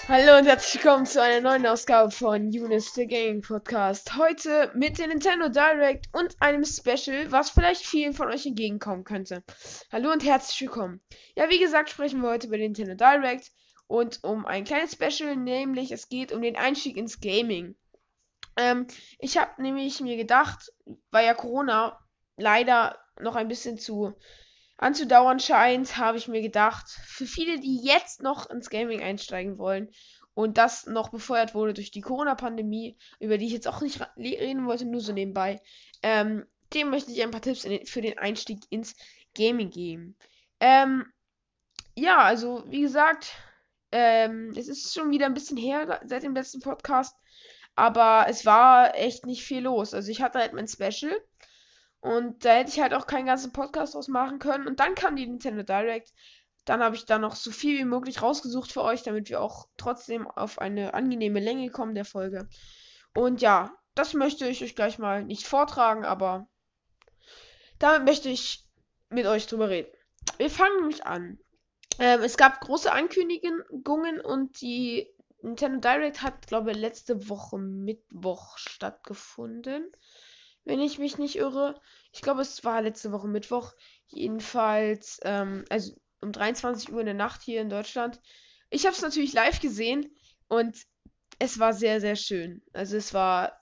Hallo und herzlich willkommen zu einer neuen Ausgabe von Eunice the Gaming Podcast. Heute mit der Nintendo Direct und einem Special, was vielleicht vielen von euch entgegenkommen könnte. Hallo und herzlich willkommen. Ja, wie gesagt, sprechen wir heute über den Nintendo Direct und um ein kleines Special, nämlich es geht um den Einstieg ins Gaming. Ich habe nämlich mir gedacht, weil ja Corona leider noch ein bisschen anzudauern scheint, habe ich mir gedacht, für viele, die jetzt noch ins Gaming einsteigen wollen und das noch befeuert wurde durch die Corona-Pandemie, über die ich jetzt auch nicht reden wollte, nur so nebenbei, dem möchte ich ein paar Tipps für den Einstieg ins Gaming geben. Ähm, ja, also wie gesagt, es ist schon wieder ein bisschen her seit dem letzten Podcast, aber es war echt nicht viel los. Also ich hatte halt mein Special und da hätte ich halt auch keinen ganzen Podcast draus machen können. Und dann kam die Nintendo Direct. Dann habe ich da noch so viel wie möglich rausgesucht für euch, damit wir auch trotzdem auf eine angenehme Länge kommen der Folge. Und ja, das möchte ich euch gleich mal nicht vortragen, aber damit möchte ich mit euch drüber reden. Wir fangen nämlich an. Es gab große Ankündigungen und die Nintendo Direct hat, glaube ich, letzte Woche Mittwoch stattgefunden, wenn ich mich nicht irre. Ich glaube, es war letzte Woche Mittwoch. Jedenfalls, also um 23 Uhr in der Nacht hier in Deutschland. Ich habe es natürlich live gesehen und es war sehr, sehr schön. Also es war,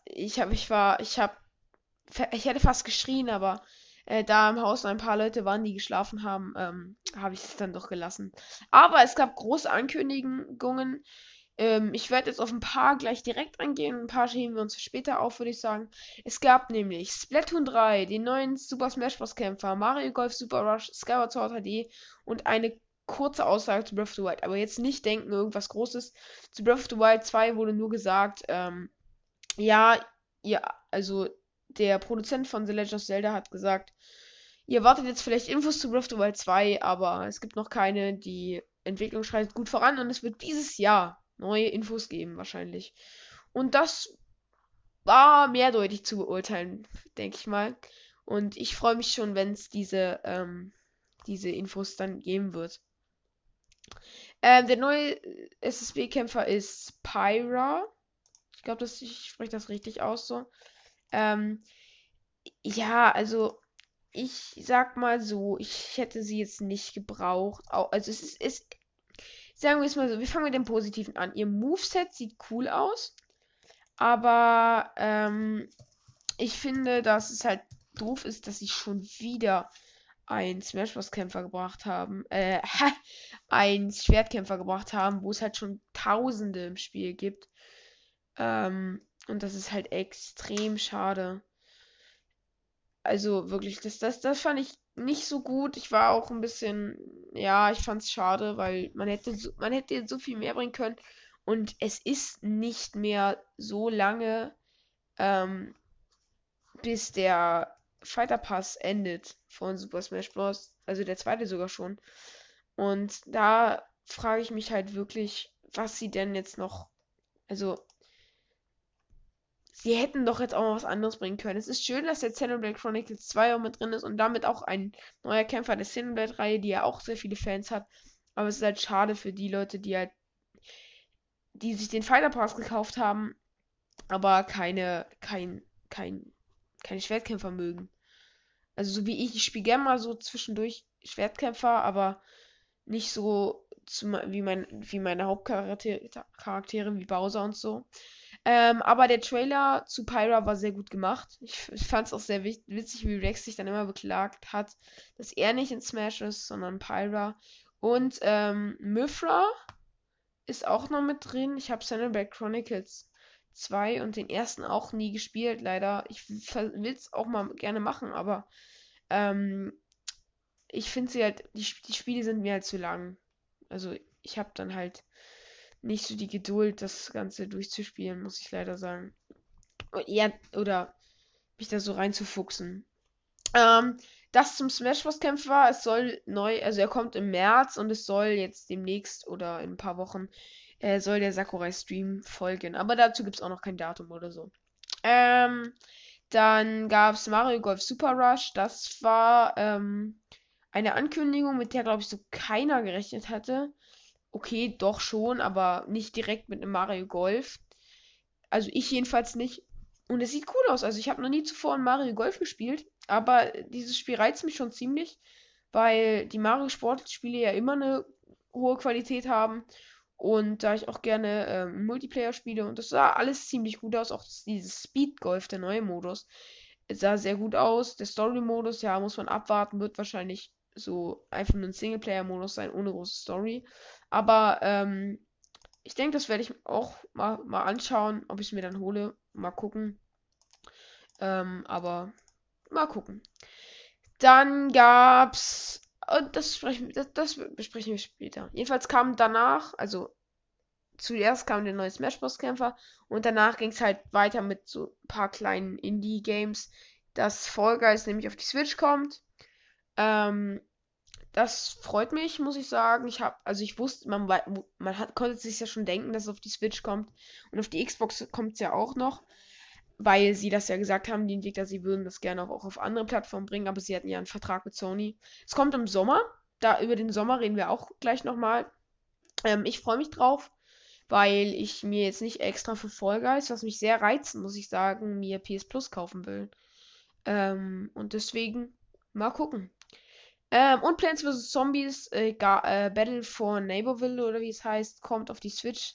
ich hätte fast geschrien, aber da im Haus noch ein paar Leute waren, die geschlafen haben, habe ich es dann doch gelassen. Aber es gab große Ankündigungen. Ich werde jetzt auf ein paar gleich direkt eingehen. Ein paar heben wir uns für später auf, würde ich sagen. Es gab nämlich Splatoon 3, den neuen Super Smash Bros. Kämpfer, Mario Golf Super Rush, Skyward Sword HD und eine kurze Aussage zu Breath of the Wild. Aber jetzt nicht denken, irgendwas Großes. Zu Breath of the Wild 2 wurde nur gesagt, ja, also der Produzent von The Legend of Zelda hat gesagt, ihr erwartet jetzt vielleicht Infos zu Breath of the Wild 2, aber es gibt noch keine. Die Entwicklung schreitet gut voran und es wird dieses Jahr neue Infos geben, wahrscheinlich. Und das war mehrdeutig zu beurteilen, denke ich mal. Und ich freue mich schon, wenn es diese Infos dann geben wird. Der neue SSW-Kämpfer ist Pyra. Ich glaube, ich spreche das richtig aus so. Ähm, ja, also ich sag mal so, ich hätte sie jetzt nicht gebraucht. Also sagen wir es mal so, wir fangen mit dem Positiven an. Ihr Moveset sieht cool aus, aber ich finde, dass es halt doof ist, dass sie schon wieder einen Smash Bros. Kämpfer gebracht haben. Einen Schwertkämpfer gebracht haben, wo es halt schon Tausende im Spiel gibt. Und das ist halt extrem schade. Also wirklich, das fand ich nicht so gut. Ich war auch ein bisschen, ja, ich fand es schade, weil man hätte jetzt so viel mehr bringen können. Und es ist nicht mehr so lange, ähm, bis der Fighter Pass endet von Super Smash Bros. Also der zweite sogar schon. Und da frage ich mich halt wirklich, was sie denn jetzt noch, also sie hätten doch jetzt auch mal was anderes bringen können. Es ist schön, dass der Xenoblade Chronicles 2 auch mit drin ist und damit auch ein neuer Kämpfer der Xenoblade-Reihe, die ja auch sehr viele Fans hat. Aber es ist halt schade für die Leute, die sich den Fighter Pass gekauft haben, aber keine Schwertkämpfer mögen. Also so wie ich spiele gerne mal so zwischendurch Schwertkämpfer, aber nicht so wie meine Hauptcharaktere wie Bowser und so. Aber der Trailer zu Pyra war sehr gut gemacht. Ich fand es auch sehr witzig, wie Rex sich dann immer beklagt hat, dass er nicht in Smash ist, sondern Pyra. Und Mythra ist auch noch mit drin. Ich habe Xenoblade Chronicles 2 und den ersten auch nie gespielt, leider. Ich will es auch mal gerne machen, aber ähm, ich finde sie halt, die Spiele sind mir halt zu lang. Also ich habe dann halt nicht so die Geduld, das Ganze durchzuspielen, muss ich leider sagen. Oder mich da so reinzufuchsen. Ähm, Das zum Smash Bros. Kämpfer, es soll neu, also er kommt im März und es soll jetzt demnächst oder in ein paar Wochen soll der Sakurai Stream folgen. Aber dazu gibt es auch noch kein Datum oder so. Ähm, Dann gab es Mario Golf Super Rush. Das war eine Ankündigung, mit der, glaube ich, so keiner gerechnet hatte. okay, doch schon, aber nicht direkt mit einem Mario Golf. Also ich jedenfalls nicht. Und es sieht cool aus. Also ich habe noch nie zuvor ein Mario Golf gespielt, aber dieses Spiel reizt mich schon ziemlich, weil die Mario Sportspiele ja immer eine hohe Qualität haben. Und da ich auch gerne Multiplayer spiele und das sah alles ziemlich gut aus, auch dieses Speed Golf, der neue Modus, sah sehr gut aus. Der Story-Modus, ja, muss man abwarten, wird wahrscheinlich so einfach nur ein Singleplayer-Modus sein, ohne große Story. Aber ich denke, das werde ich auch mal anschauen, ob ich es mir dann hole. Mal gucken. Aber mal gucken. Dann gab's. Und das besprechen wir später. Jedenfalls kam danach, also zuerst kam der neue Smash Bros. Kämpfer und danach ging es halt weiter mit so ein paar kleinen Indie-Games, dass Fall Guys nämlich auf die Switch kommt. Ähm, Das freut mich, muss ich sagen. Ich wusste, konnte sich ja schon denken, dass es auf die Switch kommt. Und auf die Xbox kommt es ja auch noch, weil sie das ja gesagt haben, die Entwickler, sie würden das gerne auch auf andere Plattformen bringen, aber sie hatten ja einen Vertrag mit Sony. Es kommt im Sommer. Über den Sommer reden wir auch gleich nochmal. Ich freue mich drauf, weil ich mir jetzt nicht extra für Fall Guys, was mich sehr reizt, muss ich sagen, mir PS Plus kaufen will. Und deswegen mal gucken. Und Plants vs. Zombies Battle for Neighborville oder wie es heißt, kommt auf die Switch.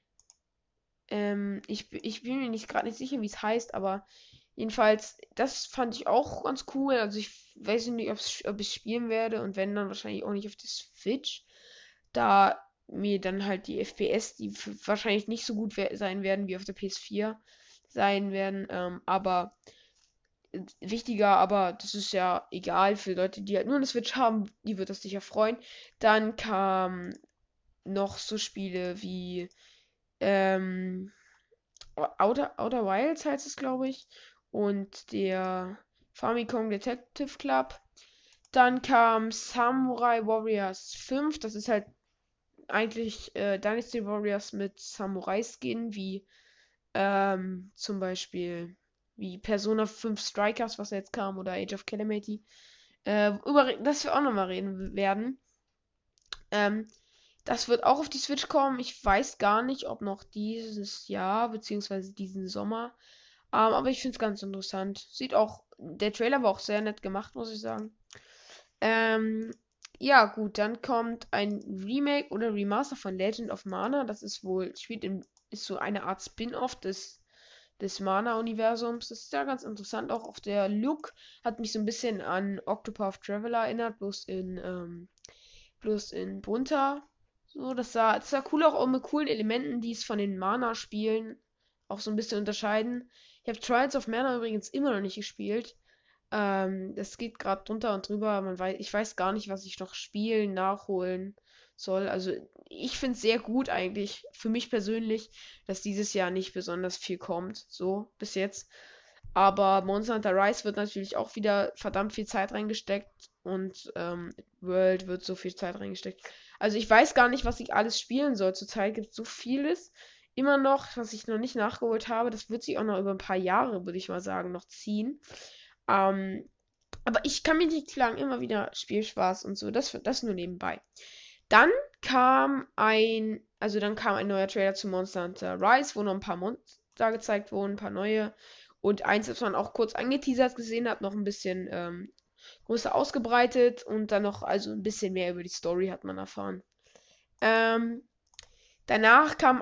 Ich bin mir gerade nicht sicher, wie es heißt, aber jedenfalls, das fand ich auch ganz cool. Also ich weiß nicht, ob ich spielen werde und wenn, dann wahrscheinlich auch nicht auf die Switch, da mir dann halt die FPS, die wahrscheinlich nicht so gut sein werden wie auf der PS4 sein werden, aber wichtiger, aber das ist ja egal für Leute, die halt nur eine Switch haben, die wird das sicher freuen. Dann kamen noch so Spiele wie Outer Wilds heißt es, glaube ich, und der Famicom Detective Club. Dann kam Samurai Warriors 5, das ist halt eigentlich Dynasty Warriors mit Samurai-Skin, wie zum Beispiel wie Persona 5 Strikers, was jetzt kam, oder Age of Calamity. Über das wir auch nochmal reden werden. Ähm, Das wird auch auf die Switch kommen. Ich weiß gar nicht, ob noch dieses Jahr, beziehungsweise diesen Sommer. Aber ich finde es ganz interessant. Der Trailer war auch sehr nett gemacht, muss ich sagen. Ähm, ja, gut, dann kommt ein Remake oder Remaster von Legend of Mana. Das ist ist so eine Art Spin-off des Mana-Universums. Das ist ja ganz interessant. Auch der Look hat mich so ein bisschen an Octopath Traveler erinnert, bloß in bunter. So, das sah cool auch mit coolen Elementen, die es von den Mana-Spielen auch so ein bisschen unterscheiden. Ich habe Trials of Mana übrigens immer noch nicht gespielt. Das geht gerade drunter und drüber. Ich weiß gar nicht, was ich noch spielen, nachholen soll. Also ich finde es sehr gut eigentlich, für mich persönlich, dass dieses Jahr nicht besonders viel kommt, so bis jetzt. Aber Monster Hunter Rise wird natürlich auch wieder verdammt viel Zeit reingesteckt und World wird so viel Zeit reingesteckt. Also ich weiß gar nicht, was ich alles spielen soll. Zurzeit gibt es so vieles immer noch, was ich noch nicht nachgeholt habe. Das wird sich auch noch über ein paar Jahre, würde ich mal sagen, noch ziehen. Ähm, aber ich kann mich nicht klagen, immer wieder Spielspaß und so. Das nur nebenbei. Dann dann kam ein neuer Trailer zu Monster Hunter Rise, wo noch ein paar Monster gezeigt wurden, ein paar neue. Und eins, das man auch kurz angeteasert gesehen hat, noch ein bisschen größer ausgebreitet und dann noch, also ein bisschen mehr über die Story hat man erfahren. Ähm, Danach kam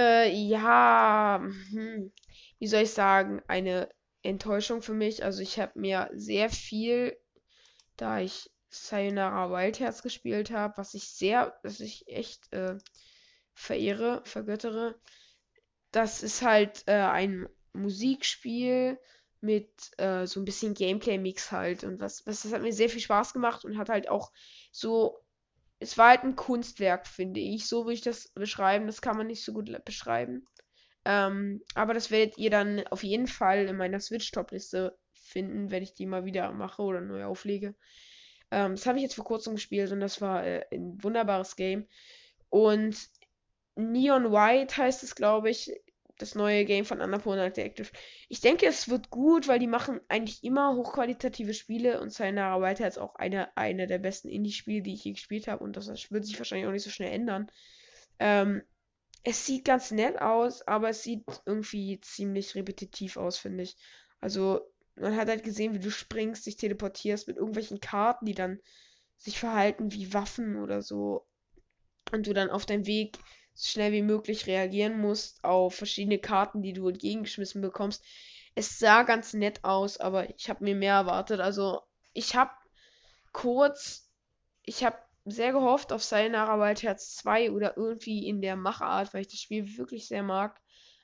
wie soll ich sagen, eine Enttäuschung für mich. Also ich habe mir sehr viel, da ich Sayonara Wild Hearts gespielt habe, was ich echt vergöttere. Das ist halt ein Musikspiel mit so ein bisschen Gameplay-Mix halt. Und das hat mir sehr viel Spaß gemacht und hat halt auch so. Es war halt ein Kunstwerk, finde ich. So würde ich das beschreiben. Das kann man nicht so gut beschreiben. Aber das werdet ihr dann auf jeden Fall in meiner Switch-Top-Liste finden, wenn ich die mal wieder mache oder neu auflege. Das habe ich jetzt vor kurzem gespielt und das war ein wunderbares Game. Und Neon White heißt es, glaube ich, das neue Game von Annapurna Interactive. Ich denke, es wird gut, weil die machen eigentlich immer hochqualitative Spiele und Sayonara Wild Hearts auch eine der besten Indie-Spiele, die ich je gespielt habe und das wird sich wahrscheinlich auch nicht so schnell ändern. Ähm, Es sieht ganz nett aus, aber es sieht irgendwie ziemlich repetitiv aus, finde ich. Also, man hat halt gesehen, wie du springst, dich teleportierst mit irgendwelchen Karten, die dann sich verhalten wie Waffen oder so. Und du dann auf deinem Weg so schnell wie möglich reagieren musst auf verschiedene Karten, die du entgegengeschmissen bekommst. Es sah ganz nett aus, aber ich habe mir mehr erwartet. Also, ich habe kurz ich habe sehr gehofft auf Sayonara Wild Hearts 2 oder irgendwie in der Machart, weil ich das Spiel wirklich sehr mag.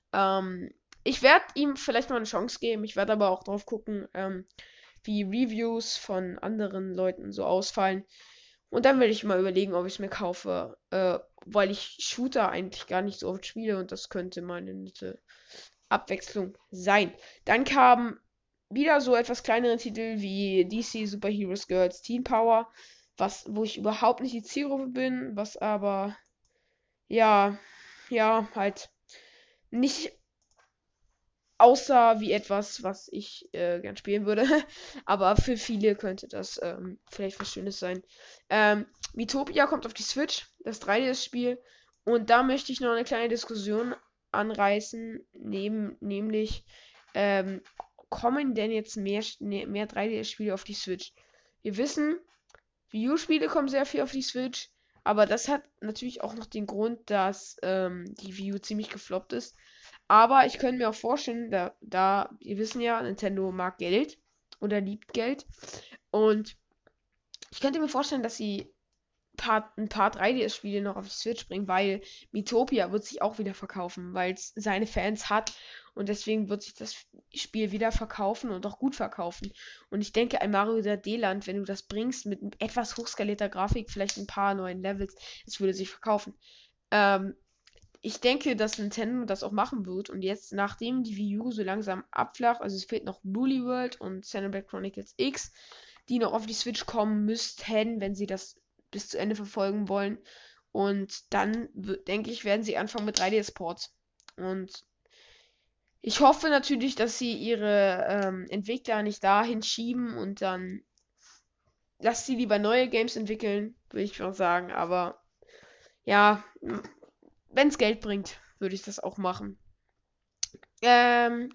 Ich werde ihm vielleicht mal eine Chance geben. Ich werde aber auch drauf gucken, wie Reviews von anderen Leuten so ausfallen. Und dann werde ich mal überlegen, ob ich es mir kaufe, weil ich Shooter eigentlich gar nicht so oft spiele und das könnte mal eine nette Abwechslung sein. Dann kamen wieder so etwas kleinere Titel wie DC Super Heroes Girls Teen Power, wo ich überhaupt nicht die Zielgruppe bin, was aber ja, halt nicht aussah wie etwas, was ich gern spielen würde. Aber für viele könnte das vielleicht was Schönes sein. Miitopia kommt auf die Switch, das 3DS-Spiel. Und da möchte ich noch eine kleine Diskussion anreißen, nämlich ähm, kommen denn jetzt mehr 3DS-Spiele auf die Switch? Wir wissen, Wii U-Spiele kommen sehr viel auf die Switch, aber das hat natürlich auch noch den Grund, dass die Wii U ziemlich gefloppt ist. Aber ich könnte mir auch vorstellen, wir wissen ja, Nintendo mag Geld oder liebt Geld. Und ich könnte mir vorstellen, dass sie ein paar 3DS-Spiele noch auf die Switch bringen, weil Miitopia wird sich auch wieder verkaufen, weil es seine Fans hat und deswegen wird sich das Spiel wieder verkaufen und auch gut verkaufen. Und ich denke, ein Mario 3D-Land, wenn du das bringst mit etwas hochskalierter Grafik, vielleicht ein paar neuen Levels, es würde sich verkaufen. Ähm, Ich denke, dass Nintendo das auch machen wird und jetzt, nachdem die Wii U so langsam abflacht, also es fehlt noch Woolly World und Xenoblade Chronicles X, die noch auf die Switch kommen müssten, wenn sie das bis zu Ende verfolgen wollen. Und dann, denke ich, werden sie anfangen mit 3DS-Ports. Und ich hoffe natürlich, dass sie ihre Entwickler nicht dahin schieben und dann lasst sie lieber neue Games entwickeln, würde ich mal sagen. Aber ja, wenn es Geld bringt, würde ich das auch machen. Ähm,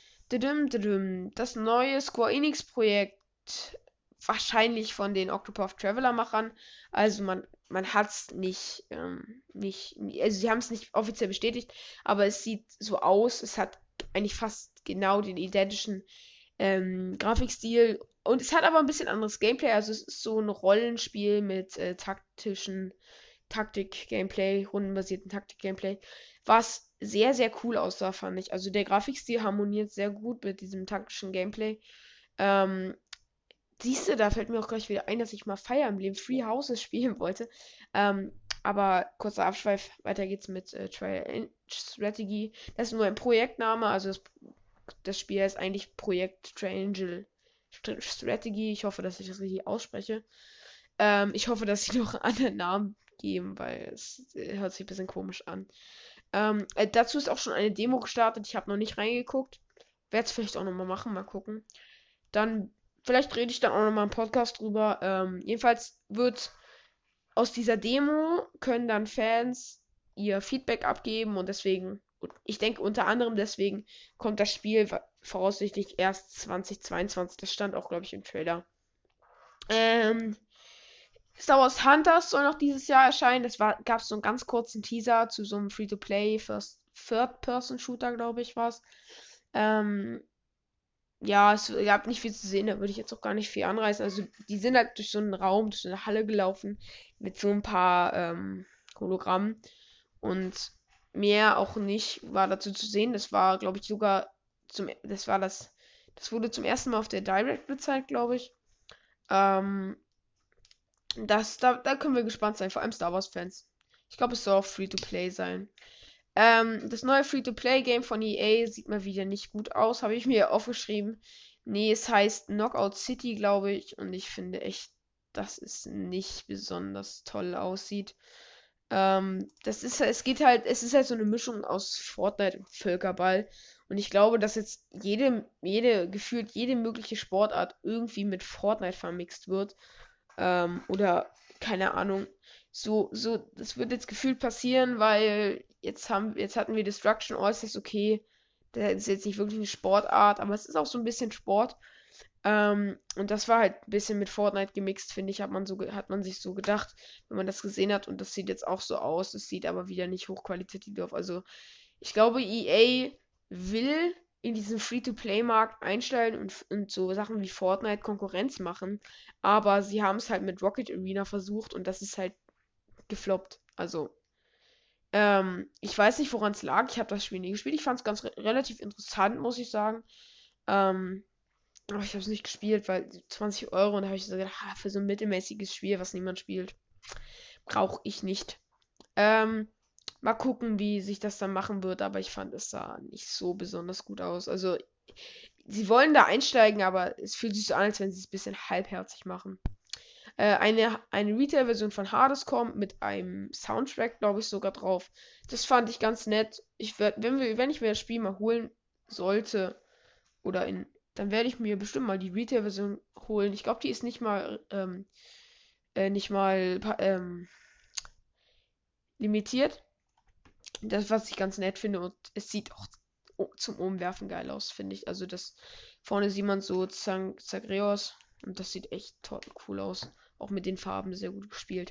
Das neue Square Enix Projekt, wahrscheinlich von den Octopath Traveler Machern. Also man hat es also sie haben es nicht offiziell bestätigt, aber es sieht so aus. Es hat eigentlich fast genau den identischen Grafikstil und es hat aber ein bisschen anderes Gameplay. Also es ist so ein Rollenspiel mit Taktik-Gameplay, rundenbasierten Taktik-Gameplay, was sehr, sehr cool aussah, fand ich. Also der Grafikstil harmoniert sehr gut mit diesem taktischen Gameplay. Ähm, Siehst du, da fällt mir auch gleich wieder ein, dass ich mal Fire Emblem Three Houses spielen wollte. Aber kurzer Abschweif, weiter geht's mit Triangle Strategy. Das ist nur ein Projektname, also das Spiel heißt eigentlich Projekt Triangle Strategy. Ich hoffe, dass ich das richtig ausspreche. Ich hoffe, dass sie noch einen anderen Namen geben, weil es hört sich ein bisschen komisch an. Dazu ist auch schon eine Demo gestartet. Ich habe noch nicht reingeguckt. Werde es vielleicht auch nochmal machen, mal gucken. Dann, vielleicht rede ich dann auch nochmal im Podcast drüber. Jedenfalls wird aus dieser Demo können dann Fans ihr Feedback abgeben und deswegen, ich denke unter anderem deswegen, kommt das Spiel voraussichtlich erst 2022. Das stand auch, glaube ich, im Trailer. Ähm, Star Wars Hunters soll noch dieses Jahr erscheinen. Gab es so einen ganz kurzen Teaser zu so einem Free-to-Play Third-Person-Shooter, glaube ich, war es. Ähm, ja, es gab nicht viel zu sehen, da würde ich jetzt auch gar nicht viel anreißen. Also, die sind halt durch so einen Raum, durch so eine Halle gelaufen, mit so ein paar Hologrammen. Und mehr auch nicht war dazu zu sehen. Das war, glaube ich, sogar das wurde zum ersten Mal auf der Direct gezeigt, glaube ich. Ähm, da können wir gespannt sein, vor allem Star Wars-Fans. Ich glaube, es soll auch Free-to-Play sein. Das neue Free-to-Play-Game von EA sieht mal wieder nicht gut aus, habe ich mir aufgeschrieben. Nee, es heißt Knockout City, glaube ich. Und ich finde echt, dass es nicht besonders toll aussieht. Es ist halt so eine Mischung aus Fortnite und Völkerball. Und ich glaube, dass jetzt gefühlt jede mögliche Sportart irgendwie mit Fortnite vermixt wird. Oder, keine Ahnung. Das wird jetzt gefühlt passieren, weil jetzt hatten wir Destruction All Stars, okay. Das ist jetzt nicht wirklich eine Sportart, aber es ist auch so ein bisschen Sport. Und das war halt ein bisschen mit Fortnite gemixt, finde ich, hat man sich so gedacht, wenn man das gesehen hat. Und das sieht jetzt auch so aus. Es sieht aber wieder nicht hochqualitativ auf. Also, ich glaube, EA will in diesen Free-to-Play-Markt einsteigen und so Sachen wie Fortnite Konkurrenz machen. Aber sie haben es halt mit Rocket Arena versucht und das ist halt gefloppt. Also, ich weiß nicht, woran es lag. Ich habe das Spiel nie gespielt. Ich fand es relativ interessant, muss ich sagen. Ähm, aber ich habe es nicht gespielt, weil 20 Euro und da habe ich so gedacht, für so ein mittelmäßiges Spiel, was niemand spielt, brauche ich nicht. Ähm, Mal gucken, wie sich das dann machen wird, aber ich fand, es sah nicht so besonders gut aus. Also, sie wollen da einsteigen, aber es fühlt sich so an, als wenn sie es ein bisschen halbherzig machen. Eine Retail-Version von Hades kommt mit einem Soundtrack, glaube ich, sogar drauf. Das fand ich ganz nett. Wenn ich mir das Spiel mal holen sollte, oder dann werde ich mir bestimmt mal die Retail-Version holen. Ich glaube, die ist nicht mal limitiert. Das, was ich ganz nett finde, und es sieht auch zum Umwerfen geil aus, finde ich. Also das vorne sieht man so Zagreus und das sieht echt toll cool aus. Auch mit den Farben sehr gut gespielt.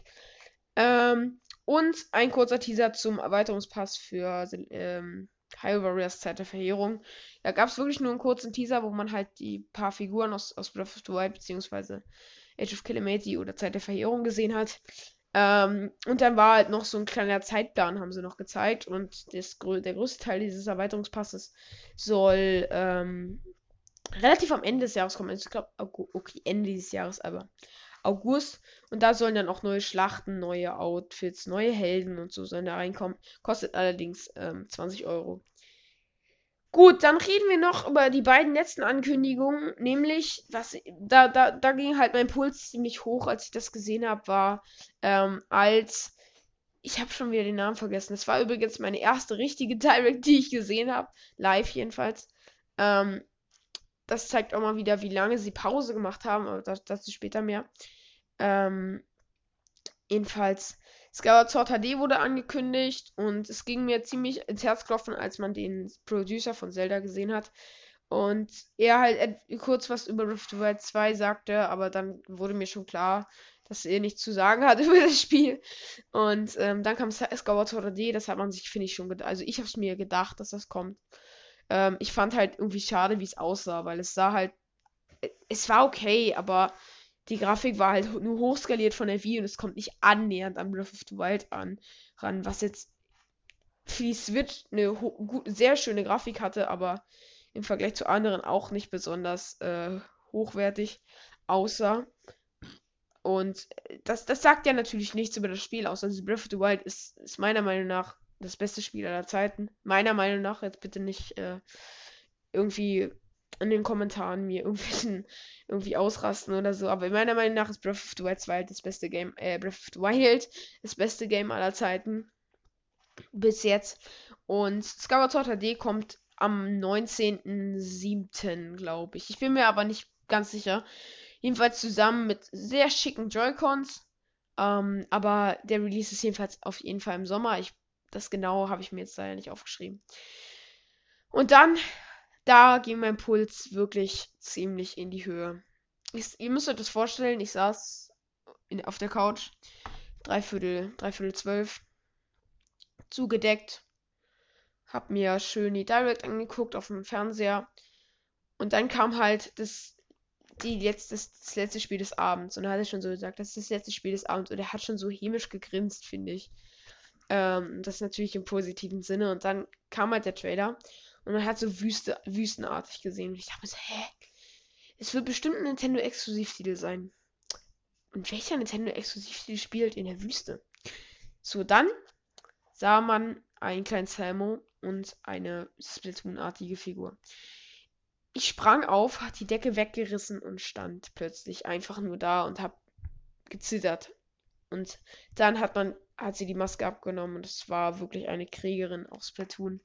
Und ein kurzer Teaser zum Erweiterungspass für Hyrule Warriors Zeit der Verheerung. Da gab es wirklich nur einen kurzen Teaser, wo man halt die paar Figuren aus Breath of the Wild beziehungsweise Age of Calamity oder Zeit der Verheerung gesehen hat. Und dann war halt noch so ein kleiner Zeitplan, haben sie noch gezeigt. Und der größte Teil dieses Erweiterungspasses soll relativ am Ende des Jahres kommen. Also ich glaube, okay, Ende dieses Jahres, aber August. Und da sollen dann auch neue Schlachten, neue Outfits, neue Helden und so sollen da reinkommen. Kostet allerdings 20 Euro. Gut, dann reden wir noch über die beiden letzten Ankündigungen. Nämlich, da ging halt mein Puls ziemlich hoch, als ich das gesehen habe, war als. Ich habe schon wieder den Namen vergessen. Das war übrigens meine erste richtige Direct, die ich gesehen habe. Live jedenfalls. Ähm, Das zeigt auch mal wieder, wie lange sie Pause gemacht haben, aber dazu später mehr. Ähm, Jedenfalls, Skyward Sword HD wurde angekündigt und es ging mir ziemlich ins Herz klopfen, als man den Producer von Zelda gesehen hat. Und er halt kurz was über Breath of the Wild 2 sagte, aber dann wurde mir schon klar, dass er nichts zu sagen hat über das Spiel. Und dann kam Skyward Sword HD, das hat man sich, finde ich, schon gedacht. Also ich habe es mir gedacht, dass das kommt. Ich fand halt irgendwie schade, wie es aussah, weil es war okay, aber die Grafik war halt nur hochskaliert von der Wii und es kommt nicht annähernd an Breath of the Wild ran, was jetzt für die Switch eine sehr schöne Grafik hatte, aber im Vergleich zu anderen auch nicht besonders hochwertig aussah. Und das sagt ja natürlich nichts über das Spiel aus. Also Breath of the Wild ist meiner Meinung nach das beste Spiel aller Zeiten. Meiner Meinung nach, jetzt bitte nicht irgendwie in den Kommentaren mir irgendwie ausrasten oder so. Aber meiner Meinung nach ist Breath of the Wild 2 das beste Game, Breath of the Wild das beste Game aller Zeiten. Bis jetzt. Und Skyward Sword HD kommt am 19.07., glaube ich. Ich bin mir aber nicht ganz sicher. Jedenfalls zusammen mit sehr schicken Joy-Cons. Aber der Release ist jedenfalls auf jeden Fall im Sommer. Das genau habe ich mir jetzt leider nicht aufgeschrieben. Und dann, da ging mein Puls wirklich ziemlich in die Höhe. Ihr müsst euch das vorstellen, ich saß auf der Couch, dreiviertel 12, zugedeckt, hab mir schön die Direct angeguckt auf dem Fernseher und dann kam halt das letzte Spiel des Abends und er hatte schon so gesagt, das ist das letzte Spiel des Abends und er hat schon so hämisch gegrinst, finde ich. Das natürlich im positiven Sinne und dann kam halt der Trailer und man hat so wüstenartig gesehen und ich dachte mir so, hä? Es wird bestimmt ein Nintendo-Exklusivtitel sein. Und welcher Nintendo-Exklusivtitel spielt in der Wüste? So, dann sah man einen kleinen Salmo und eine Splatoon-artige Figur. Ich sprang auf, hat die Decke weggerissen und stand plötzlich einfach nur da und hab gezittert. Und dann hat sie die Maske abgenommen und es war wirklich eine Kriegerin aus Splatoon.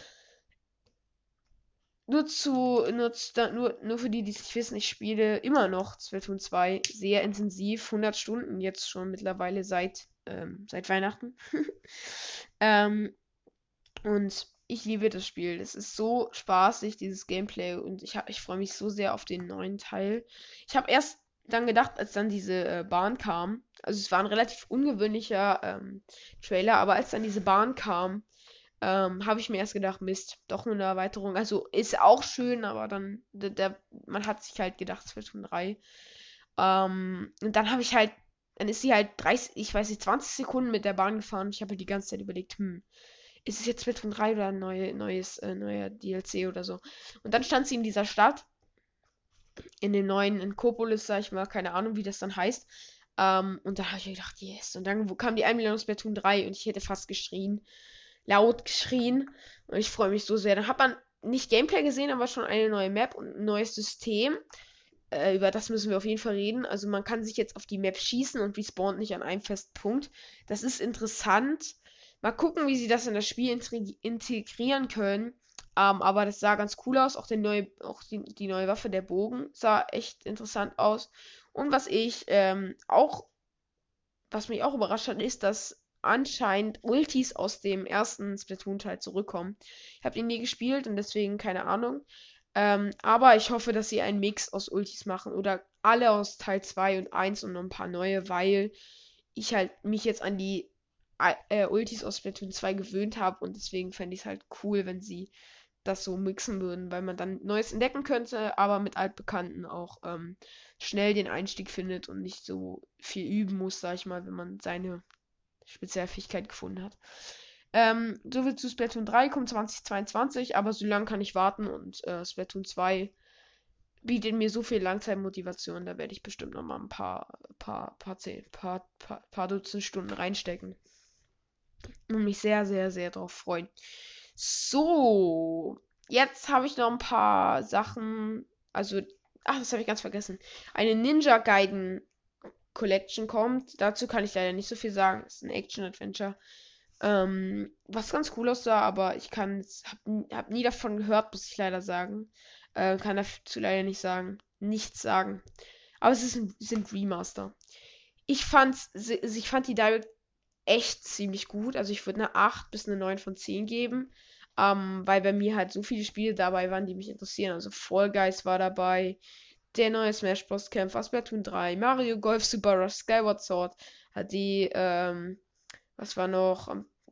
Nur für die, die es nicht wissen, ich spiele immer noch Splatoon 2 sehr intensiv, 100 Stunden jetzt schon mittlerweile seit seit Weihnachten. ähm, und ich liebe das Spiel. Es ist so spaßig, dieses Gameplay. Und ich freue mich so sehr auf den neuen Teil. Ich habe erst dann gedacht, als dann diese Bahn kam. Also es war ein relativ ungewöhnlicher Trailer, aber als dann diese Bahn kam, habe ich mir erst gedacht, Mist, doch nur eine Erweiterung. Also ist auch schön, aber dann, man hat sich halt gedacht, Splatoon 3. Und dann habe ich halt, dann ist sie halt 30, ich weiß nicht, 20 Sekunden mit der Bahn gefahren. Ich habe halt die ganze Zeit überlegt, ist es jetzt Splatoon 3 oder ein neuer DLC oder so? Und dann stand sie in dieser Stadt, in dem neuen, in Kopolis, sag ich mal, keine Ahnung, wie das dann heißt. Und da habe ich mir gedacht, yes. Und dann kam die Einblendung Splatoon 3 und ich hätte fast geschrien, laut geschrien. Und ich freue mich so sehr. Dann hat man nicht Gameplay gesehen, aber schon eine neue Map und ein neues System. Über das müssen wir auf jeden Fall reden. Also man kann sich jetzt auf die Map schießen und respawnt nicht an einem festen Punkt. Das ist interessant. Mal gucken, wie sie das in das Spiel integrieren können. Aber das sah ganz cool aus. Auch die neue Waffe, der Bogen, sah echt interessant aus. Und was mich auch überrascht hat, ist, dass anscheinend Ultis aus dem ersten Splatoon-Teil zurückkommen. Ich habe ihn nie gespielt und deswegen keine Ahnung. Aber ich hoffe, dass sie einen Mix aus Ultis machen oder alle aus Teil 2 und 1 und noch ein paar neue, weil ich halt mich jetzt an die Ultis aus Splatoon 2 gewöhnt habe und deswegen fände ich es halt cool, wenn sie das so mixen würden, weil man dann Neues entdecken könnte, aber mit Altbekannten auch schnell den Einstieg findet und nicht so viel üben muss, sag ich mal, wenn man seine Spezialfähigkeit gefunden hat. So viel zu Splatoon 3, kommt 2022, aber so lange kann ich warten und Splatoon 2 bietet mir so viel Langzeitmotivation, da werde ich bestimmt noch mal ein paar Dutzend Stunden reinstecken und mich sehr, sehr, sehr darauf freuen. So, jetzt habe ich noch ein paar Sachen, also, das habe ich ganz vergessen. Eine Ninja Gaiden Collection kommt. Dazu kann ich leider nicht so viel sagen. Es ist ein Action-Adventure. Was ganz cool aussah, aber hab nie davon gehört, muss ich leider sagen. Kann dazu leider nichts sagen. Aber sind Remaster. Ich fand die Direct echt ziemlich gut. Also ich würde eine 8 bis eine 9 von 10 geben. Weil bei mir halt so viele Spiele dabei waren, die mich interessieren. Also Fall Guys war dabei. Der neue Smash Bros. Kämpfer, Splatoon 3, Mario Golf Super Rush, Skyward Sword, hat was war noch?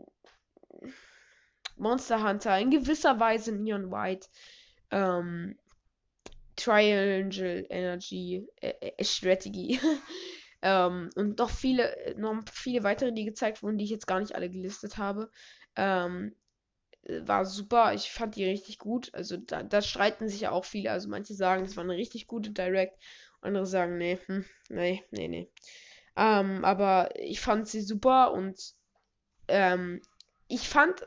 Monster Hunter, in gewisser Weise Neon White, ähm, Triangle Energy, Strategy, und noch viele weitere, die gezeigt wurden, die ich jetzt gar nicht alle gelistet habe. Ähm, war super. Ich fand die richtig gut. Also da streiten sich ja auch viele. Also manche sagen, es war eine richtig gute Direct. Andere sagen, nee, nee. Aber ich fand sie super und ich fand,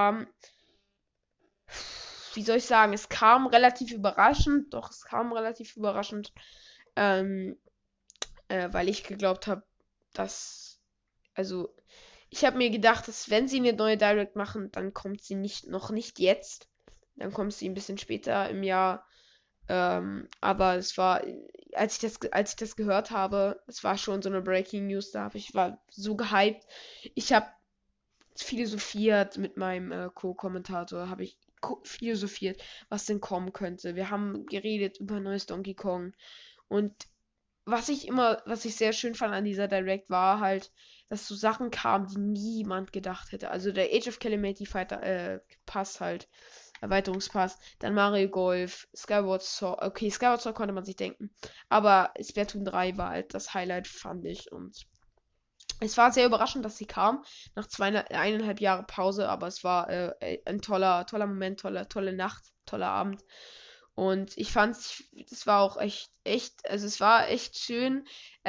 wie soll ich sagen, es kam relativ überraschend. Doch, es kam relativ überraschend. Ähm, weil ich geglaubt habe, also ich habe mir gedacht, dass wenn sie eine neue Direct machen, dann kommt sie noch nicht jetzt. Dann kommt sie ein bisschen später im Jahr. Aber es war, als ich das gehört habe, es war schon so eine Breaking News da. Ich war so gehypt. Ich habe philosophiert mit meinem Co-Kommentator, habe ich philosophiert, was denn kommen könnte. Wir haben geredet über neues Donkey Kong. Und was ich sehr schön fand an dieser Direct war halt, dass so Sachen kamen, die niemand gedacht hätte. Also der Age of Calamity Fighter Pass halt, Erweiterungspass, dann Mario Golf, Skyward Sword. Okay, Skyward Sword konnte man sich denken, aber Splatoon 3 war halt das Highlight, fand ich. Und es war sehr überraschend, dass sie kam, nach 1,5 Jahre Pause, aber es war ein toller Moment, tolle Nacht, toller Abend. Und ich fand, das war auch also es war echt schön,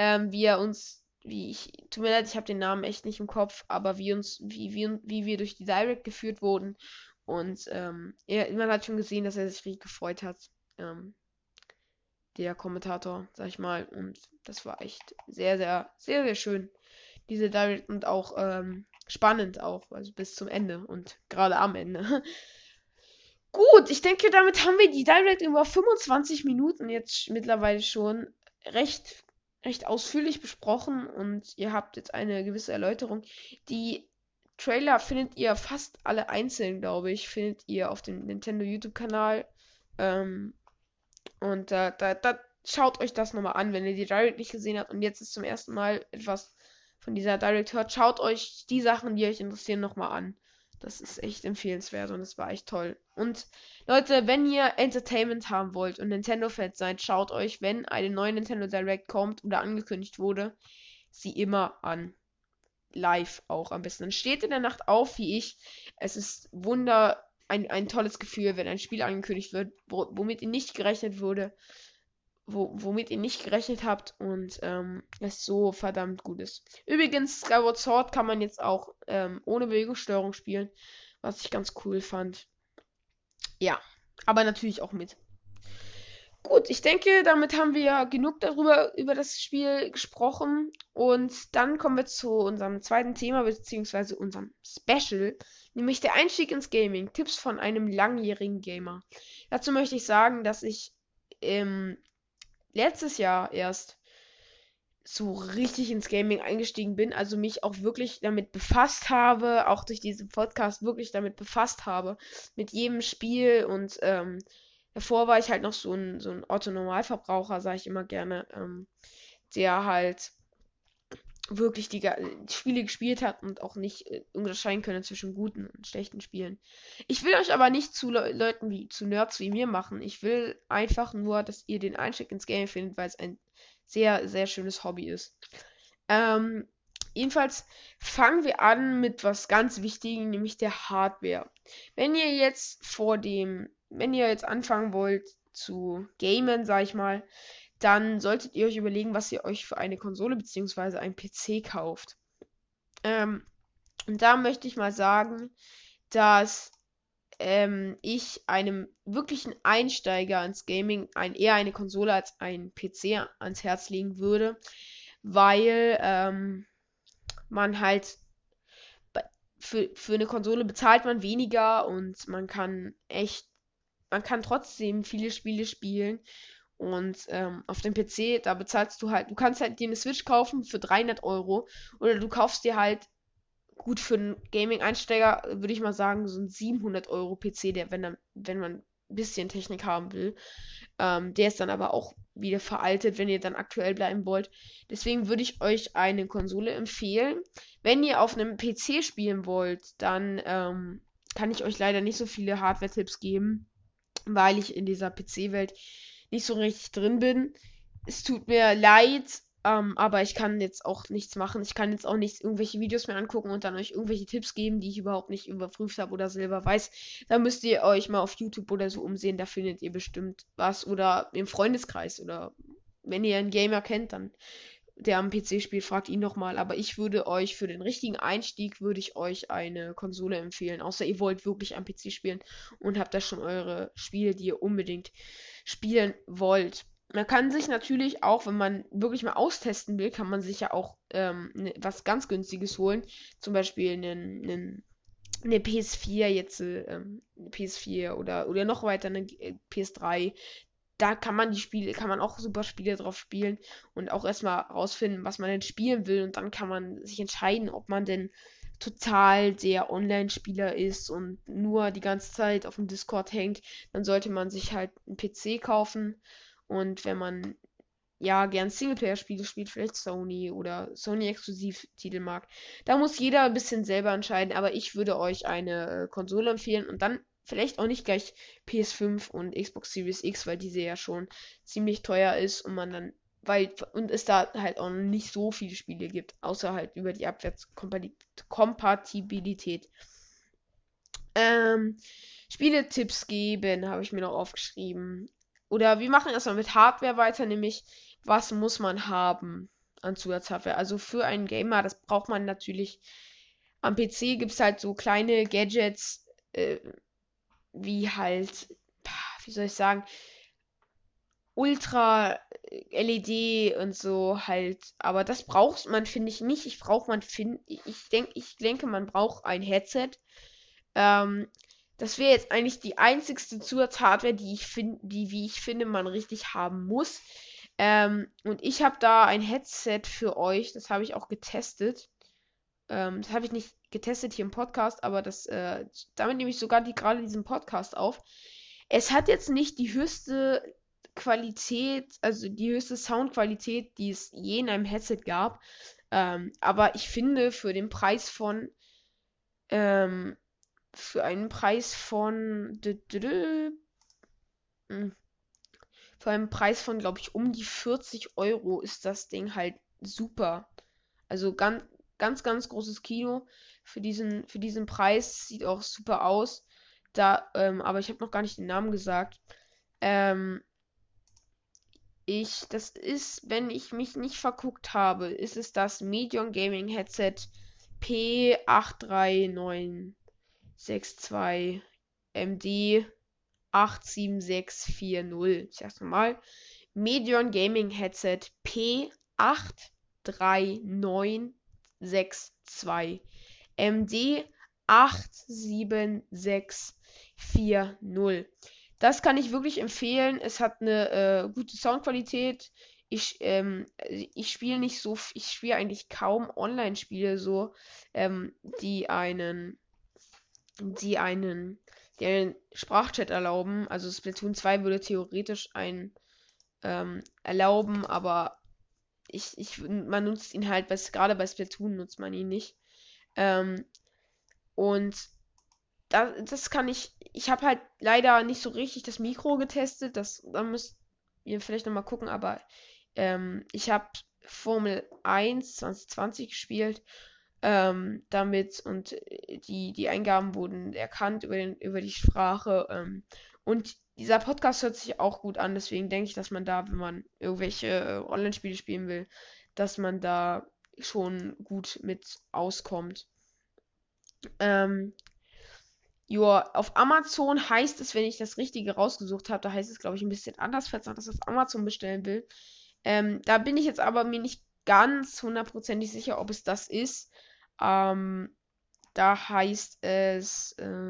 tut mir leid, ich habe den Namen echt nicht im Kopf, aber wie wir durch die Direct geführt wurden. Und man hat schon gesehen, dass er sich richtig gefreut hat. Der Kommentator, sag ich mal. Und das war echt sehr, sehr, sehr, sehr schön. Diese Direct und auch spannend auch, also bis zum Ende und gerade am Ende. Gut, ich denke, damit haben wir die Direct über 25 Minuten jetzt mittlerweile schon recht, recht ausführlich besprochen und ihr habt jetzt eine gewisse Erläuterung. Die Trailer findet ihr fast alle einzeln, glaube ich, findet ihr auf dem Nintendo YouTube-Kanal. Ähm, und da schaut euch das nochmal an, wenn ihr die Direct nicht gesehen habt und jetzt ist zum ersten Mal etwas von dieser Direct hört. Schaut euch die Sachen, die euch interessieren, nochmal an. Das ist echt empfehlenswert und es war echt toll. Und Leute, wenn ihr Entertainment haben wollt und Nintendo-Fans seid, schaut euch, wenn eine neue Nintendo Direct kommt oder angekündigt wurde, sie immer an. Live auch am besten. Dann steht in der Nacht auf, wie ich. Es ist ein tolles Gefühl, wenn ein Spiel angekündigt wird, womit ihr nicht gerechnet wurde, womit ihr nicht gerechnet habt und es so verdammt gut ist. Übrigens, Skyward Sword kann man jetzt auch ohne Bewegungssteuerung spielen, was ich ganz cool fand. Ja, aber natürlich auch mit. Gut, ich denke, damit haben wir genug über das Spiel gesprochen. Und dann kommen wir zu unserem zweiten Thema, beziehungsweise unserem Special, nämlich der Einstieg ins Gaming. Tipps von einem langjährigen Gamer. Dazu möchte ich sagen, dass ich letztes Jahr erst so richtig ins Gaming eingestiegen bin, also mich auch wirklich damit befasst habe, auch durch diesen Podcast wirklich damit befasst habe, mit jedem Spiel und davor war ich halt noch so ein Otto-Normalverbraucher, sage ich immer gerne, der halt wirklich die Spiele gespielt hat und auch nicht unterscheiden können zwischen guten und schlechten Spielen. Ich will euch aber nicht zu zu Nerds wie mir machen. Ich will einfach nur, dass ihr den Einstieg ins Game findet, weil es ein sehr, sehr schönes Hobby ist. Ähm, Jedenfalls fangen wir an mit was ganz Wichtigem, nämlich der Hardware. Wenn ihr jetzt anfangen wollt zu gamen, sag ich mal, dann solltet ihr euch überlegen, was ihr euch für eine Konsole bzw. einen PC kauft. Und da möchte ich mal sagen, dass ich einem wirklichen Einsteiger ins Gaming eher eine Konsole als einen PC ans Herz legen würde, weil man halt für eine Konsole bezahlt man weniger und man kann trotzdem viele Spiele spielen. Und auf dem PC, da bezahlst du kannst halt dir eine Switch kaufen für 300 Euro oder du kaufst dir halt, gut, für einen Gaming-Einsteiger würde ich mal sagen, so ein 700 Euro PC, wenn man ein bisschen Technik haben will. Der ist dann aber auch wieder veraltet, wenn ihr dann aktuell bleiben wollt. Deswegen würde ich euch eine Konsole empfehlen. Wenn ihr auf einem PC spielen wollt, dann kann ich euch leider nicht so viele Hardware-Tipps geben, weil ich in dieser PC-Welt nicht so richtig drin bin. Es tut mir leid, aber ich kann jetzt auch nichts machen. Ich kann jetzt auch nicht irgendwelche Videos mehr angucken und dann euch irgendwelche Tipps geben, die ich überhaupt nicht überprüft habe oder selber weiß. Da müsst ihr euch mal auf YouTube oder so umsehen. Da findet ihr bestimmt was. Oder im Freundeskreis. Oder wenn ihr einen Gamer kennt, dann der am PC spielt, fragt ihn doch mal. Aber ich würde euch für den richtigen Einstieg, würde ich euch eine Konsole empfehlen. Außer ihr wollt wirklich am PC spielen und habt da schon eure Spiele, die ihr unbedingt spielen wollt. Man kann sich natürlich auch, wenn man wirklich mal austesten will, kann man sich ja auch was ganz Günstiges holen. Zum Beispiel eine PS4 jetzt, eine PS4 oder noch weiter eine PS3. Da kann man auch super Spiele drauf spielen und auch erstmal rausfinden, was man denn spielen will. Und dann kann man sich entscheiden, ob man denn total der Online-Spieler ist und nur die ganze Zeit auf dem Discord hängt. Dann sollte man sich halt einen PC kaufen. Und wenn man ja gern Singleplayer-Spiele spielt, vielleicht Sony oder Sony-Exklusiv-Titel mag, da muss jeder ein bisschen selber entscheiden. Aber ich würde euch eine Konsole empfehlen und dann vielleicht auch nicht gleich PS5 und Xbox Series X, weil diese ja schon ziemlich teuer ist und und es da halt auch nicht so viele Spiele gibt, außer halt über die Abwärtskompatibilität. Ähm, Spieletipps geben, habe ich mir noch aufgeschrieben. Oder wir machen erstmal mit Hardware weiter, nämlich was muss man haben an Zusatzhardware. Also für einen Gamer, das braucht man natürlich. Am PC gibt es halt so kleine Gadgets, wie halt, wie soll ich sagen, Ultra LED und so halt. Aber das braucht man, finde ich, nicht. Ich denke, man braucht ein Headset. Ähm, Das wäre jetzt eigentlich die einzigste Zusatzhardware, die wie ich finde, man richtig haben muss. Und ich habe da ein Headset für euch, das habe ich auch getestet. Das habe ich nicht getestet hier im Podcast, aber damit nehme ich sogar gerade diesen Podcast auf. Es hat jetzt nicht die höchste Qualität, also die höchste Soundqualität, die es je in einem Headset gab. Aber ich finde, ähm, für einen Preis von, hm, für einen Preis von, glaube ich, um die 40 Euro ist das Ding halt super. Also ganz großes Kino für diesen Preis. Sieht auch super aus. Aber ich habe noch gar nicht den Namen gesagt. Ähm, das ist, wenn ich mich nicht verguckt habe, ist es das Medion Gaming Headset P83962 MD 87640. Ich sag's nochmal. Medion Gaming Headset P83962 MD 87640. Das kann ich wirklich empfehlen. Es hat eine gute Soundqualität. Ich spiele nicht so, ich spiele eigentlich kaum Online-Spiele so, ähm, die einen, die einen Sprachchat erlauben. Also Splatoon 2 würde theoretisch einen erlauben, aber man nutzt ihn halt, gerade bei Splatoon nutzt man ihn nicht. Ähm, und das kann ich habe halt leider nicht so richtig das Mikro getestet, da müsst ihr vielleicht nochmal gucken, aber ich habe Formel 1 2020 gespielt damit und die Eingaben wurden erkannt über die Sprache und dieser Podcast hört sich auch gut an, deswegen denke ich, dass man da, wenn man irgendwelche Online-Spiele spielen will, dass man da schon gut mit auskommt. Ähm, Joa, auf Amazon heißt es, wenn ich das Richtige rausgesucht habe, da heißt es, glaube ich, ein bisschen anders, falls man das auf Amazon bestellen will. Da bin ich jetzt aber mir nicht ganz hundertprozentig sicher, ob es das ist. Ähm, Da heißt es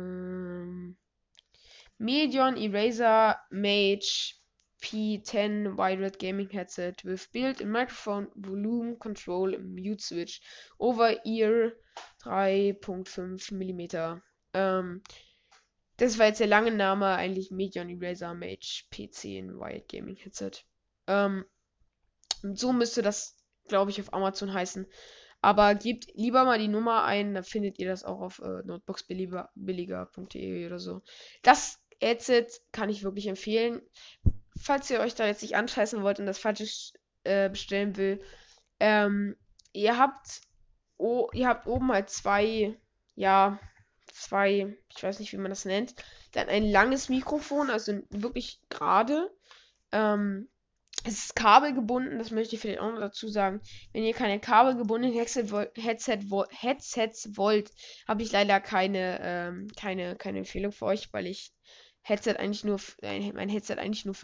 Medion Eraser Mage P10 Wired Gaming Headset with built-in microphone, volume control, mute switch, over-ear 3,5 mm. Das war jetzt der lange Name, eigentlich Medion Eraser Mage P10 Wired Gaming Headset. Ähm, so müsste das, glaube ich, auf Amazon heißen. Aber gebt lieber mal die Nummer ein, dann findet ihr das auch auf noteboxbilliger.de oder so. Das Headset kann ich wirklich empfehlen. Falls ihr euch da jetzt nicht anscheißen wollt und das falsche bestellen will, ähm, ihr habt, ihr habt oben halt ja, ich weiß nicht, wie man das nennt, dann ein langes Mikrofon, also wirklich gerade. Ähm, Es ist kabelgebunden, das möchte ich vielleicht auch noch dazu sagen. Wenn ihr keine kabelgebundenen Headsets wollt, habe ich leider keine Empfehlung für euch, weil ich mein Headset eigentlich nur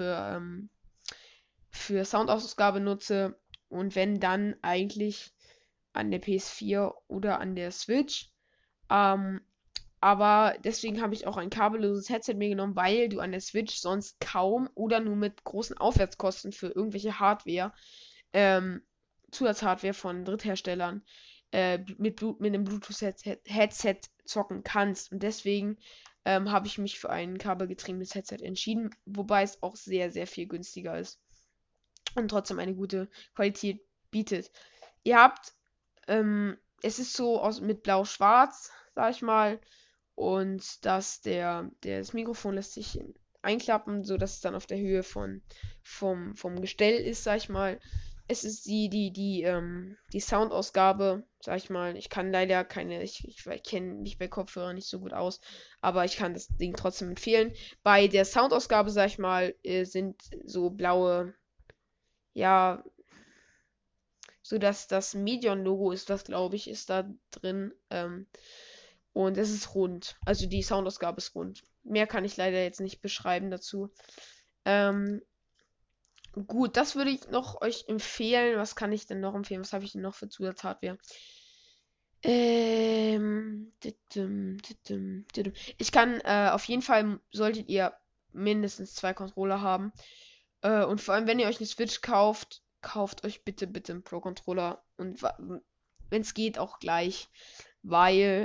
für Soundausgabe nutze und wenn dann eigentlich an der PS4 oder an der Switch. Ähm, aber deswegen habe ich auch ein kabelloses Headset mir genommen, weil du an der Switch sonst kaum oder nur mit großen Aufwärtskosten für irgendwelche Hardware, ähm, Zusatzhardware von Drittherstellern, mit einem Bluetooth-Headset zocken kannst. Und deswegen habe ich mich für ein kabelgetriebenes Headset entschieden, wobei es auch sehr viel günstiger ist und trotzdem eine gute Qualität bietet. Ihr habt, es ist so mit Blau-Schwarz, sag ich mal, und das Mikrofon lässt sich einklappen, sodass es dann auf der Höhe vom Gestell ist, sag ich mal. Es ist die Soundausgabe, sag ich mal. Ich kann leider ich kenne mich bei Kopfhörern nicht so gut aus, aber ich kann das Ding trotzdem empfehlen. Bei der Soundausgabe, sag ich mal, sind so blaue, ja, so dass das Medion-Logo ist das, glaube ich, ist da drin. Und es ist rund. Also die Soundausgabe ist rund. Mehr kann ich leider jetzt nicht beschreiben dazu. Ähm, gut, das würde ich noch euch empfehlen. Was kann ich denn noch empfehlen? Was habe ich denn noch für Zusatzhardware? Ich kann, auf jeden Fall solltet ihr mindestens 2 Controller haben. Und vor allem, wenn ihr euch eine Switch kauft, kauft euch bitte, bitte einen Pro-Controller. Und wenn es geht, auch gleich. Weil,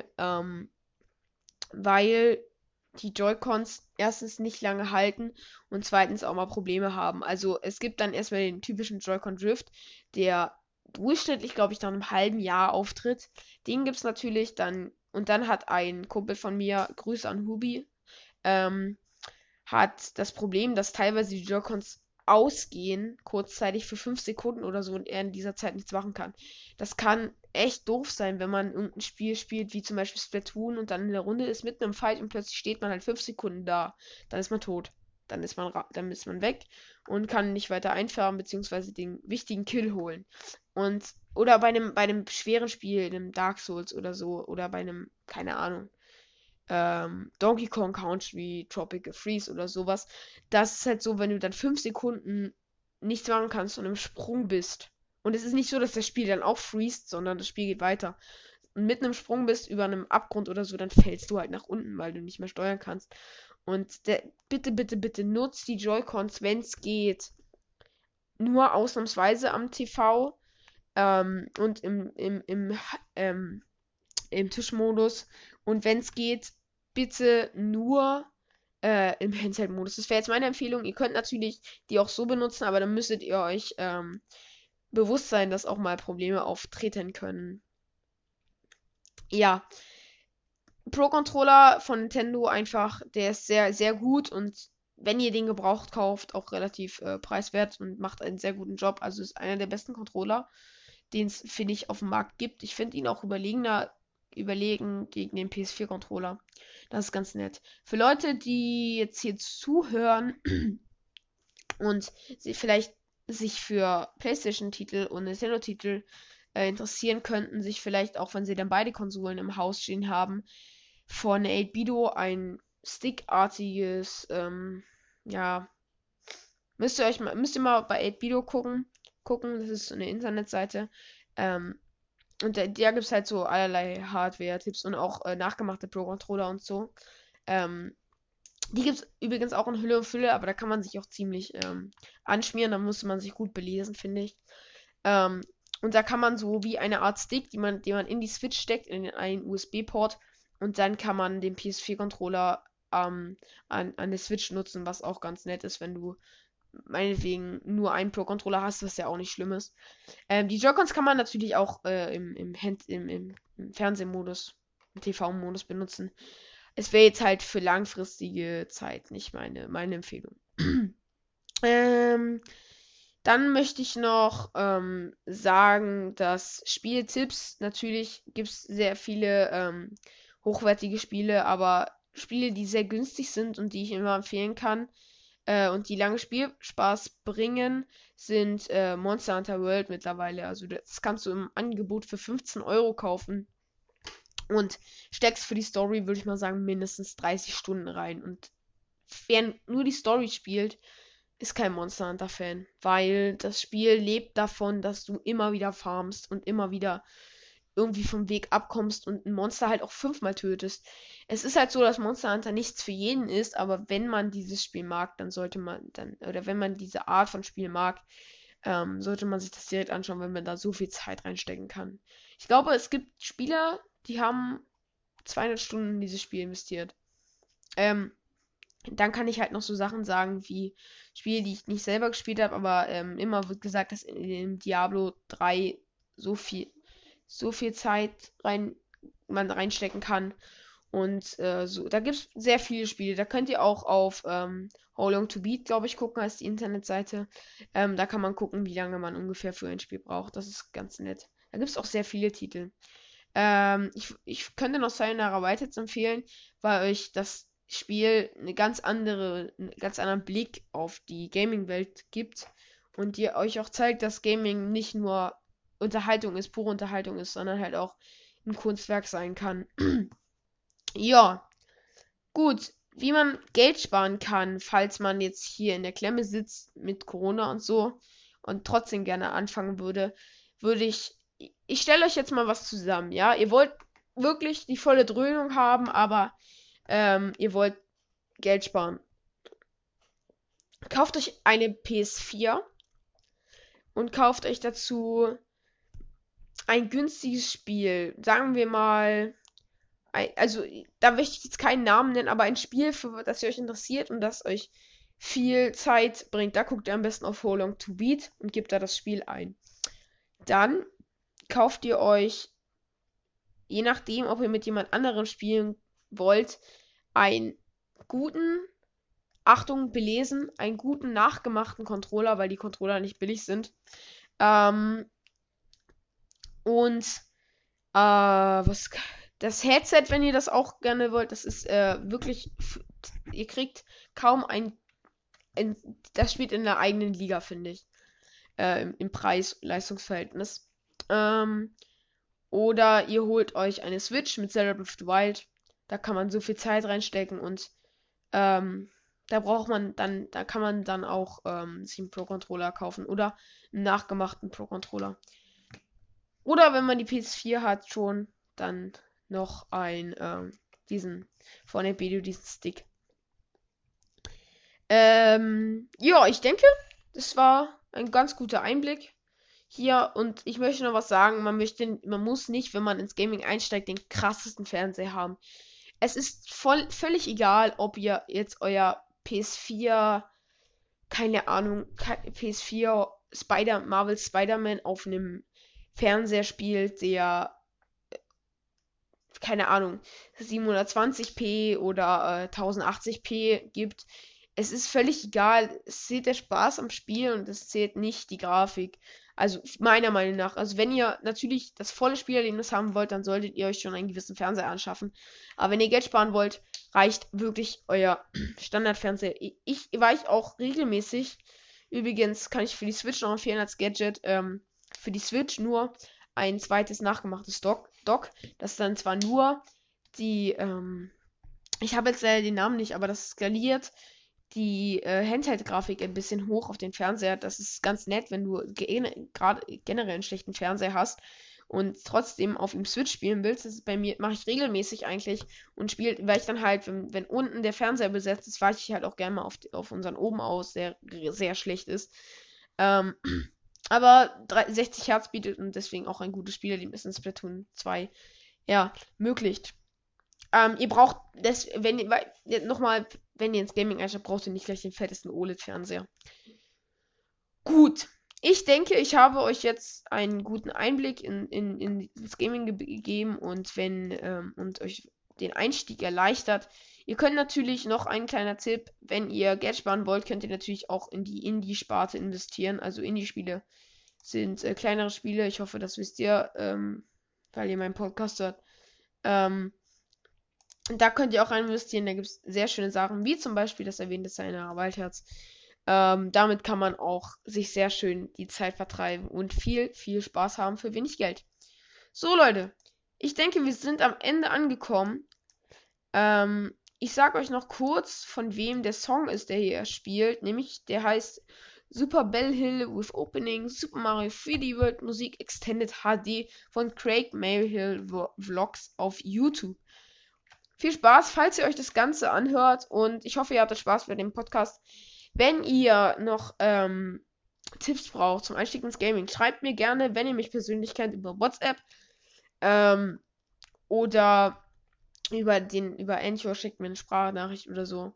weil die Joy-Cons erstens nicht lange halten und zweitens auch mal Probleme haben. Also es gibt dann erstmal den typischen Joy-Con Drift, der durchschnittlich, glaube ich, nach einem halben Jahr auftritt. Den gibt es natürlich dann. Und dann hat ein Kumpel von mir, Grüße an Hubi, ähm, hat das Problem, dass teilweise die Joy-Cons ausgehen, kurzzeitig für 5 Sekunden oder so und er in dieser Zeit nichts machen kann. Das kann echt doof sein, wenn man irgendein Spiel spielt, wie zum Beispiel Splatoon und dann in der Runde ist mitten im Fight und plötzlich steht man halt 5 Sekunden da. Dann ist man tot. Dann ist man weg und kann nicht weiter einfärben, beziehungsweise den wichtigen Kill holen. Und, oder bei einem schweren Spiel, einem Dark Souls oder so, oder bei einem, keine Ahnung, Donkey Kong Country, Tropical Freeze oder sowas. Das ist halt so, wenn du dann 5 Sekunden nichts machen kannst und im Sprung bist. Und es ist nicht so, dass das Spiel dann auch freest, sondern das Spiel geht weiter. Und mitten im Sprung bist, über einem Abgrund oder so, dann fällst du halt nach unten, weil du nicht mehr steuern kannst. Und bitte, bitte, bitte nutzt die Joy-Cons, wenn es geht. Nur ausnahmsweise am TV und im Tischmodus. Und wenn es geht, bitte nur im Handheld-Modus. Das wäre jetzt meine Empfehlung. Ihr könnt natürlich die auch so benutzen, aber dann müsstet ihr euch bewusst sein, dass auch mal Probleme auftreten können. Ja, Pro-Controller von Nintendo einfach, der ist sehr, sehr gut und wenn ihr den gebraucht kauft, auch relativ preiswert und macht einen sehr guten Job. Also ist einer der besten Controller, den es, finde ich, auf dem Markt gibt. Ich finde ihn auch überlegen gegen den PS4-Controller. Das ist ganz nett. Für Leute, die jetzt hier zuhören und sie vielleicht sich für PlayStation-Titel und Nintendo-Titel interessieren könnten, sich vielleicht auch, wenn sie dann beide Konsolen im Haus stehen haben, von 8BIDO ein stickartiges, ja, müsst ihr mal bei 8BIDO gucken, das ist so eine Internetseite, und da gibt es halt so allerlei Hardware-Tipps und auch nachgemachte Pro-Controller und so. Die gibt es übrigens auch in Hülle und Fülle, aber da kann man sich auch ziemlich anschmieren. Da muss man sich gut belesen, finde ich. Und da kann man so wie eine Art Stick, den man in die Switch steckt, in einen USB-Port. Und dann kann man den PS4-Controller an der Switch nutzen, was auch ganz nett ist, wenn du meinetwegen nur einen Pro-Controller hast, was ja auch nicht schlimm ist. Die Joy-Cons kann man natürlich auch im Fernsehmodus, im TV-Modus benutzen. Es wäre jetzt halt für langfristige Zeit nicht meine Empfehlung. Dann möchte ich noch sagen, dass Spieltipps, natürlich gibt es sehr viele hochwertige Spiele, aber Spiele, die sehr günstig sind und die ich immer empfehlen kann und die lange Spielspaß bringen, sind Monster Hunter World mittlerweile. Also das kannst du im Angebot für 15 Euro kaufen und steckst für die Story, würde ich mal sagen, mindestens 30 Stunden rein. Und wer nur die Story spielt, ist kein Monster Hunter Fan, weil das Spiel lebt davon, dass du immer wieder farmst und immer wieder irgendwie vom Weg abkommst und ein Monster halt auch 5-mal tötest. Es ist halt so, dass Monster Hunter nichts für jeden ist, aber wenn man dieses Spiel mag, dann sollte man oder wenn man diese Art von Spiel mag, sollte man sich das direkt anschauen, wenn man da so viel Zeit reinstecken kann. Ich glaube, es gibt Spieler, die haben 200 Stunden in dieses Spiel investiert. Dann kann ich halt noch so Sachen sagen wie Spiele, die ich nicht selber gespielt habe, aber immer wird gesagt, dass in Diablo 3 so viel Zeit man reinstecken kann. Und so, da gibt es sehr viele Spiele. Da könnt ihr auch auf How Long to Beat, glaube ich, gucken, als die Internetseite. Da kann man gucken, wie lange man ungefähr für ein Spiel braucht. Das ist ganz nett. Da gibt es auch sehr viele Titel. Ich könnte noch Sayonara Whiteheads empfehlen, weil euch das Spiel einen ganz anderen Blick auf die Gaming-Welt gibt und ihr euch auch zeigt, dass Gaming nicht nur Unterhaltung ist, pure Unterhaltung ist, sondern halt auch ein Kunstwerk sein kann. Ja, gut. Wie man Geld sparen kann, falls man jetzt hier in der Klemme sitzt mit Corona und so und trotzdem gerne anfangen würde ich stelle euch jetzt mal was zusammen, ja? Ihr wollt wirklich die volle Dröhnung haben, aber ihr wollt Geld sparen. Kauft euch eine PS4 und kauft euch dazu ein günstiges Spiel. Sagen wir mal, also da möchte ich jetzt keinen Namen nennen, aber ein Spiel, für das ihr euch interessiert und das euch viel Zeit bringt. Da guckt ihr am besten auf How Long to Beat und gebt da das Spiel ein. Dann kauft ihr euch, je nachdem, ob ihr mit jemand anderem spielen wollt, einen guten, Achtung, belesen, einen guten nachgemachten Controller, weil die Controller nicht billig sind. Und das Headset, wenn ihr das auch gerne wollt, das ist wirklich, ihr kriegt kaum das spielt in der eigenen Liga, finde ich. Im Preis-Leistungsverhältnis. Oder ihr holt euch eine Switch mit Zelda Breath of the Wild. Da kann man so viel Zeit reinstecken und da kann man dann auch sich einen Pro-Controller kaufen oder einen nachgemachten Pro-Controller. Oder wenn man die PS4 hat schon, dann noch diesen von der BDU, diesen Stick. Ja, ich denke, das war ein ganz guter Einblick hier und ich möchte noch was sagen. Man muss nicht, wenn man ins Gaming einsteigt, den krassesten Fernseher haben. Es ist völlig egal, ob ihr jetzt euer PS4, keine Ahnung, PS4 Marvel Spider-Man auf einem Fernseher spielt, der, keine Ahnung, 720p oder 1080p gibt. Es ist völlig egal. Es zählt der Spaß am Spiel und es zählt nicht die Grafik. Also meiner Meinung nach. Also wenn ihr natürlich das volle Spielerlebnis haben wollt, dann solltet ihr euch schon einen gewissen Fernseher anschaffen. Aber wenn ihr Geld sparen wollt, reicht wirklich euer Standardfernseher. Weil ich auch regelmäßig, übrigens kann ich für die Switch noch empfehlen als Gadget, für die Switch nur ein zweites nachgemachtes Dock. Das dann zwar nur die, ich habe jetzt leider den Namen nicht, aber das skaliert die Handheld-Grafik ein bisschen hoch auf den Fernseher. Das ist ganz nett, wenn du gerade generell einen schlechten Fernseher hast und trotzdem auf ihm Switch spielen willst. Das ist bei mir, mache ich regelmäßig eigentlich und spiele, weil ich dann halt, wenn unten der Fernseher besetzt ist, weiche ich halt auch gerne mal auf unseren oben aus, der sehr schlecht ist. Aber 60 Hertz bietet und deswegen auch ein gutes Spielerlebnis in Splatoon 2 ermöglicht. Ihr braucht wenn ihr ins Gaming einsteigt, braucht ihr nicht gleich den fettesten OLED-Fernseher. Gut. Ich denke, ich habe euch jetzt einen guten Einblick in das Gaming gegeben und und euch den Einstieg erleichtert. Ihr könnt natürlich noch ein kleiner Tipp, wenn ihr Geld sparen wollt, könnt ihr natürlich auch in die Indie-Sparte investieren. Also Indie-Spiele sind kleinere Spiele. Ich hoffe, das wisst ihr, weil ihr meinen Podcast hört. Da könnt ihr auch rein investieren. Da gibt es sehr schöne Sachen, wie zum Beispiel das erwähnte Sayonara Wildherz. Damit kann man auch sich sehr schön die Zeit vertreiben und viel, viel Spaß haben für wenig Geld. So, Leute. Ich denke, wir sind am Ende angekommen. Ich sage euch noch kurz, von wem der Song ist, der hier spielt. Nämlich, der heißt Super Bell Hill with Opening Super Mario 3D World Musik Extended HD von Craig Mayhill Vlogs auf YouTube. Viel Spaß, falls ihr euch das Ganze anhört und ich hoffe, ihr hattet Spaß bei dem Podcast. Wenn ihr noch Tipps braucht zum Einstieg ins Gaming, schreibt mir gerne, wenn ihr mich persönlich kennt, über WhatsApp oder über Anchor, schickt mir eine Sprachnachricht oder so.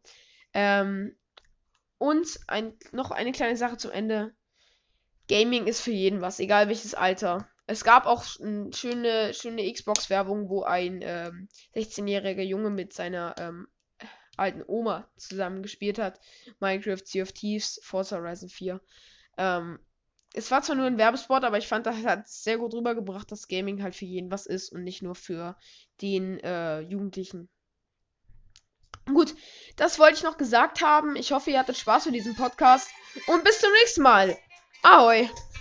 Und noch eine kleine Sache zum Ende. Gaming ist für jeden was, egal welches Alter. Es gab auch schöne Xbox-Werbung, wo ein 16-jähriger Junge mit seiner alten Oma zusammen gespielt hat. Minecraft, Sea of Thieves, Forza Horizon 4. Es war zwar nur ein Werbespot, aber ich fand, das hat sehr gut rübergebracht, dass Gaming halt für jeden was ist und nicht nur für den Jugendlichen. Gut, das wollte ich noch gesagt haben. Ich hoffe, ihr hattet Spaß mit diesem Podcast und bis zum nächsten Mal. Ahoi!